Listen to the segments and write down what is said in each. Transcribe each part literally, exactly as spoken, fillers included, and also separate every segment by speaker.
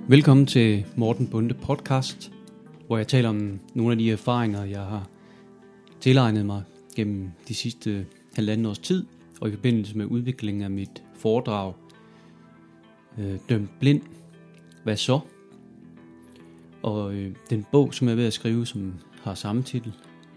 Speaker 1: Velkommen til Morten Bonde podcast, hvor jeg taler om nogle af de erfaringer, jeg har tilegnet mig gennem de sidste halvanden års tid, og i forbindelse med udviklingen af mit foredrag øh, Dømt blind, hvad så? Og øh, den bog, som jeg er ved at skrive, som har samme titel.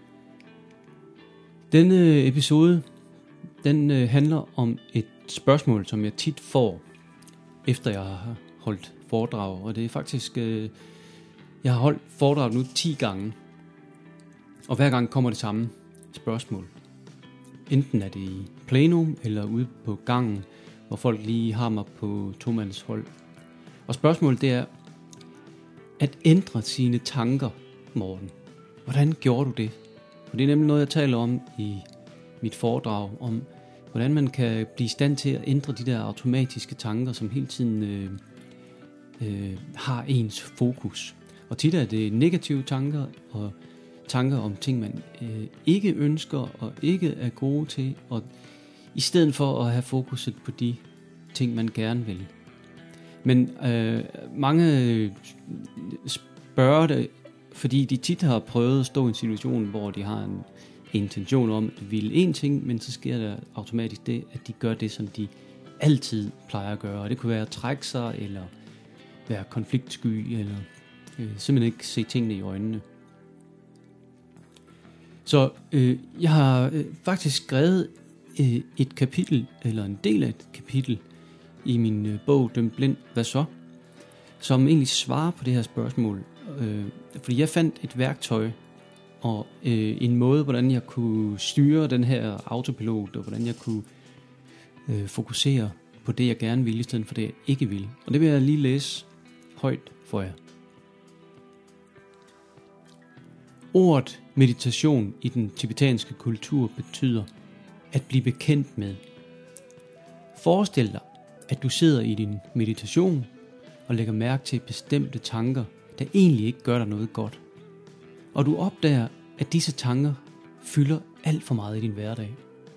Speaker 1: Denne episode, den øh, handler om et spørgsmål, som jeg tit får, efter jeg har holdt foredrag, og det er faktisk, øh, jeg har holdt foredrag nu ti gange, og hver gang kommer det samme spørgsmål. Enten er det i plenum, eller ude på gangen, hvor folk lige har mig på tomands hold. Og spørgsmålet det er, at ændre sine tanker, Morten. Hvordan gjorde du det? Og det er nemlig noget, jeg taler om i mit foredrag, om hvordan man kan blive i stand til at ændre de der automatiske tanker, som hele tiden øh, øh, har ens fokus. Og tit er det negative tanker, og tanker om ting, man øh, ikke ønsker, og ikke er gode til, og i stedet for at have fokuset på de ting, man gerne vil. Men øh, mange spørger det, fordi de tit har prøvet at stå i en situation, hvor de har en intention om at ville en ting, men så sker der automatisk det, at de gør det, som de altid plejer at gøre. Og det kunne være at trække sig, eller være konfliktsky, eller øh, simpelthen ikke se tingene i øjnene. Så øh, jeg har øh, faktisk skrevet øh, et kapitel, eller en del af et kapitel, i min øh, bog Dømt blind, hvad så? Som egentlig svarer på det her spørgsmål. Øh, fordi jeg fandt et værktøj, og øh, en måde, hvordan jeg kunne styre den her autopilot, og hvordan jeg kunne øh, fokusere på det, jeg gerne ville, i stedet for det, jeg ikke ville. Og det vil jeg lige læse højt for jer. Ordet meditation i den tibetanske kultur betyder at blive bekendt med. Forestil dig, at du sidder i din meditation og lægger mærke til bestemte tanker, der egentlig ikke gør dig noget godt. Og du opdager, at disse tanker fylder alt for meget i din hverdag.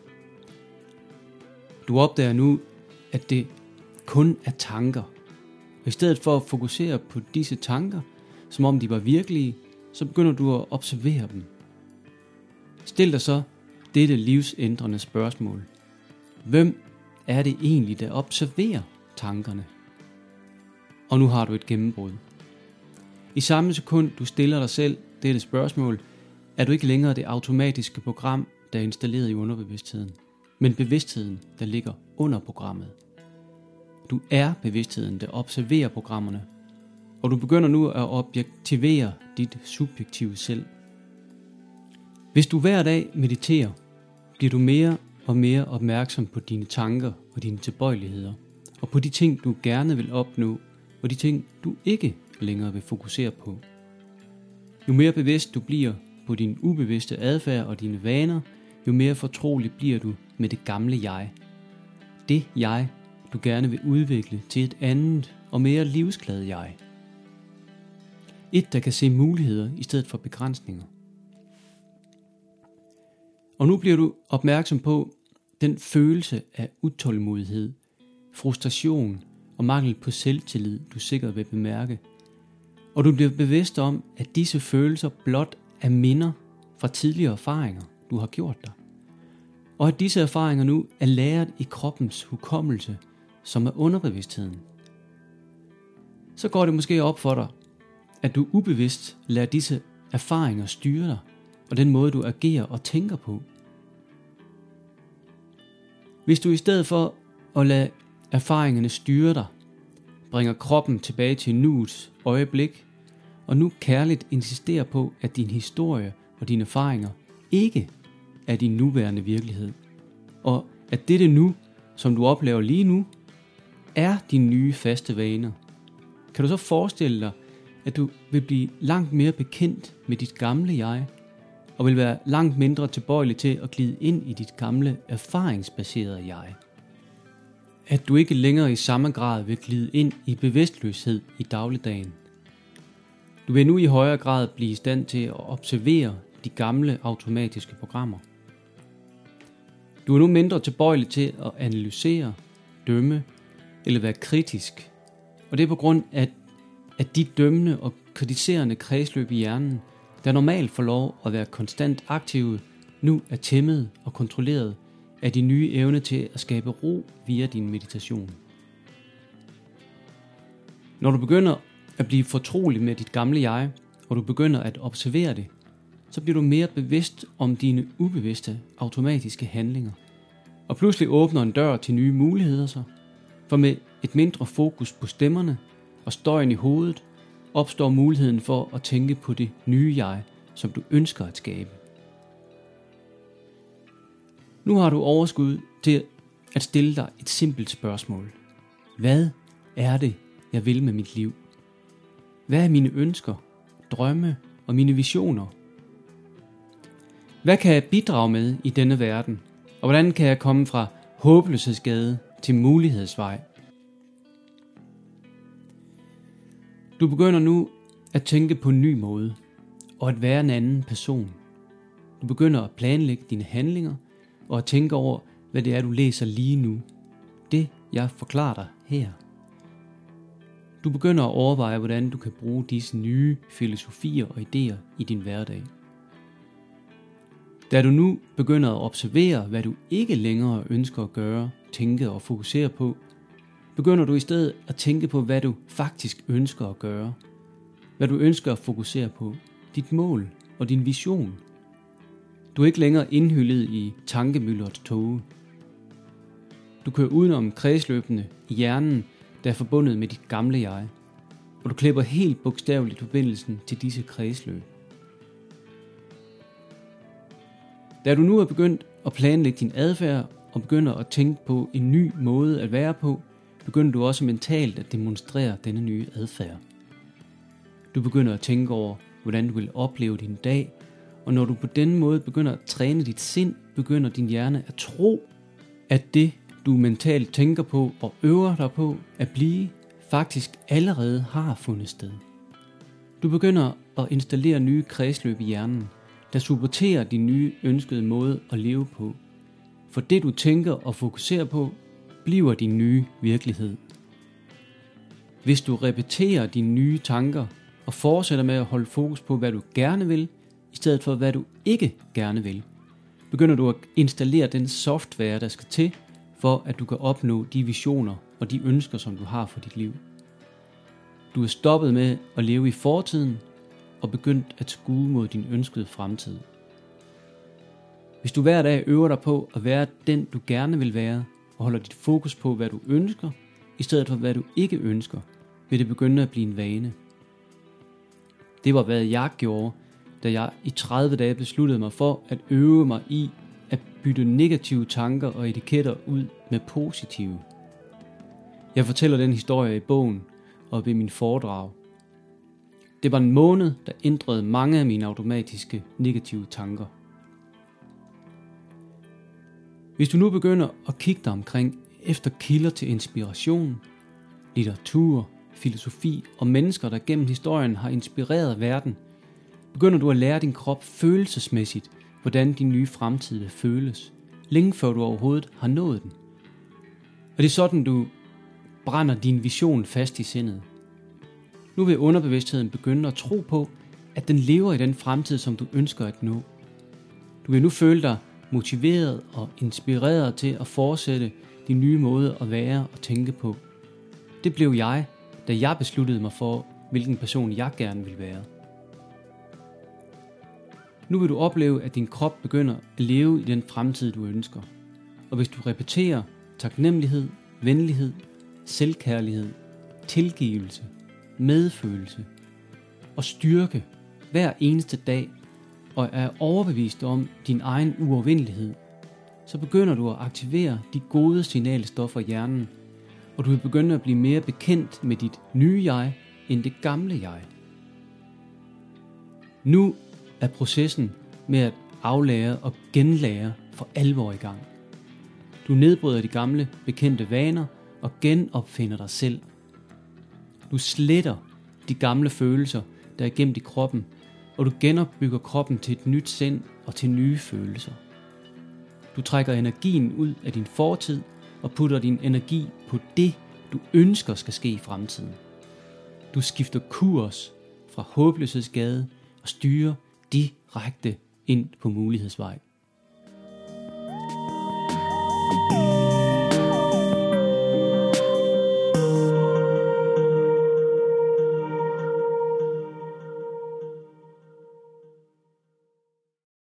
Speaker 1: Du opdager nu, at det kun er tanker. Og i stedet for at fokusere på disse tanker, som om de var virkelige, så begynder du at observere dem. Stil dig så dette livsændrende spørgsmål. Hvem er det egentlig, der observerer tankerne? Og nu har du et gennembrud. I samme sekund, du stiller dig selv dette spørgsmål, er du ikke længere det automatiske program, der er installeret i underbevidstheden, men bevidstheden, der ligger under programmet. Du er bevidstheden, der observerer programmerne, og du begynder nu at objektivere dit subjektive selv. Hvis du hver dag mediterer, bliver du mere og mere opmærksom på dine tanker og dine tilbøjeligheder, og på de ting, du gerne vil opnå, og de ting, du ikke længere vil fokusere på. Jo mere bevidst du bliver på din ubevidste adfærd og dine vaner, jo mere fortrolig bliver du med det gamle jeg. Det jeg, du gerne vil udvikle til et andet og mere livsglad jeg. Et, der kan se muligheder i stedet for begrænsninger. Og nu bliver du opmærksom på den følelse af utålmodighed, frustration og mangel på selvtillid, du sikkert vil bemærke. Og du bliver bevidst om, at disse følelser blot er minder fra tidligere erfaringer, du har gjort dig. Og at disse erfaringer nu er lagret i kroppens hukommelse, som er underbevidstheden. Så går det måske op for dig, at du ubevidst lader disse erfaringer styre dig, og den måde du agerer og tænker på. Hvis du i stedet for at lade erfaringerne styre dig, bringer kroppen tilbage til nuets øjeblik, og nu kærligt insisterer på, at din historie og dine erfaringer ikke er din nuværende virkelighed, og at dette nu, som du oplever lige nu, er dine nye faste vaner. Kan du så forestille dig, at du vil blive langt mere bekendt med dit gamle jeg, og vil være langt mindre tilbøjelig til at glide ind i dit gamle erfaringsbaserede jeg? At du ikke længere i samme grad vil glide ind i bevidstløshed i dagligdagen. Du vil nu i højere grad blive i stand til at observere de gamle automatiske programmer. Du er nu mindre tilbøjelig til at analysere, dømme eller være kritisk. Og det er på grund af at de dømmende og kritiserende kredsløb i hjernen, der normalt får lov at være konstant aktive, nu er tæmmet og kontrolleret af de nye evne til at skabe ro via din meditation. Når du begynder at blive fortrolig med dit gamle jeg, og du begynder at observere det, så bliver du mere bevidst om dine ubevidste automatiske handlinger. Og pludselig åbner en dør til nye muligheder sig, for med et mindre fokus på stemmerne og støjen i hovedet, opstår muligheden for at tænke på det nye jeg, som du ønsker at skabe. Nu har du overskud til at stille dig et simpelt spørgsmål. Hvad er det, jeg vil med mit liv? Hvad er mine ønsker, drømme og mine visioner? Hvad kan jeg bidrage med i denne verden? Og hvordan kan jeg komme fra håbløshedsgade til mulighedsvej? Du begynder nu at tænke på en ny måde og at være en anden person. Du begynder at planlægge dine handlinger og at tænke over, hvad det er, du læser lige nu. Det, jeg forklarer dig her. Du begynder at overveje, hvordan du kan bruge disse nye filosofier og idéer i din hverdag. Da du nu begynder at observere, hvad du ikke længere ønsker at gøre, tænke og fokusere på, begynder du i stedet at tænke på, hvad du faktisk ønsker at gøre. Hvad du ønsker at fokusere på, dit mål og din vision. Du er ikke længere indhyllet i tankemylderets tåge. Du kører udenom kredsløbende i hjernen, der er forbundet med dit gamle jeg, og du klipper helt bogstaveligt forbindelsen til disse kredsløb. Da du nu er begyndt at planlægge din adfærd og begynder at tænke på en ny måde at være på, begynder du også mentalt at demonstrere denne nye adfærd. Du begynder at tænke over, hvordan du vil opleve din dag, og når du på denne måde begynder at træne dit sind, begynder din hjerne at tro, at det, du mentalt tænker på og øver dig på at blive, faktisk allerede har fundet sted. Du begynder at installere nye kredsløb i hjernen, der supporterer din nye ønskede måde at leve på. For det du tænker og fokuserer på, bliver din nye virkelighed. Hvis du repeterer dine nye tanker og fortsætter med at holde fokus på, hvad du gerne vil, i stedet for hvad du ikke gerne vil, begynder du at installere den software, der skal til, for at du kan opnå de visioner og de ønsker, som du har for dit liv. Du er stoppet med at leve i fortiden og begyndt at skue mod din ønskede fremtid. Hvis du hver dag øver dig på at være den, du gerne vil være, og holder dit fokus på, hvad du ønsker, i stedet for hvad du ikke ønsker, vil det begynde at blive en vane. Det var, hvad jeg gjorde, da jeg i tredive dage besluttede mig for at øve mig i at bytte negative tanker og etiketter ud med positive. Jeg fortæller den historie i bogen og ved min foredrag. Det var en måned, der ændrede mange af mine automatiske negative tanker. Hvis du nu begynder at kigge dig omkring efter kilder til inspiration, litteratur, filosofi og mennesker, der gennem historien har inspireret verden, begynder du at lære din krop følelsesmæssigt, hvordan din nye fremtid vil føles, længe før du overhovedet har nået den. Og det er sådan, du brænder din vision fast i sindet. Nu vil underbevidstheden begynde at tro på, at den lever i den fremtid, som du ønsker at nå. Du vil nu føle dig motiveret og inspireret til at fortsætte de nye måder at være og tænke på. Det blev jeg, da jeg besluttede mig for, hvilken person jeg gerne vil være. Nu vil du opleve, at din krop begynder at leve i den fremtid, du ønsker. Og hvis du repeterer taknemmelighed, venlighed, selvkærlighed, tilgivelse, medfølelse og styrke hver eneste dag, og er overbevist om din egen uovervindelighed, så begynder du at aktivere de gode signalstoffer i hjernen, og du vil begynde at blive mere bekendt med dit nye jeg, end det gamle jeg. Nu er processen med at aflære og genlære for alvor i gang. Du nedbryder de gamle, bekendte vaner og genopfinder dig selv. Du sletter de gamle følelser, der er gemt i kroppen, og du genopbygger kroppen til et nyt sind og til nye følelser. Du trækker energien ud af din fortid og putter din energi på det, du ønsker skal ske i fremtiden. Du skifter kurs fra håbløshedsgade og styrer direkte ind på mulighedsvej.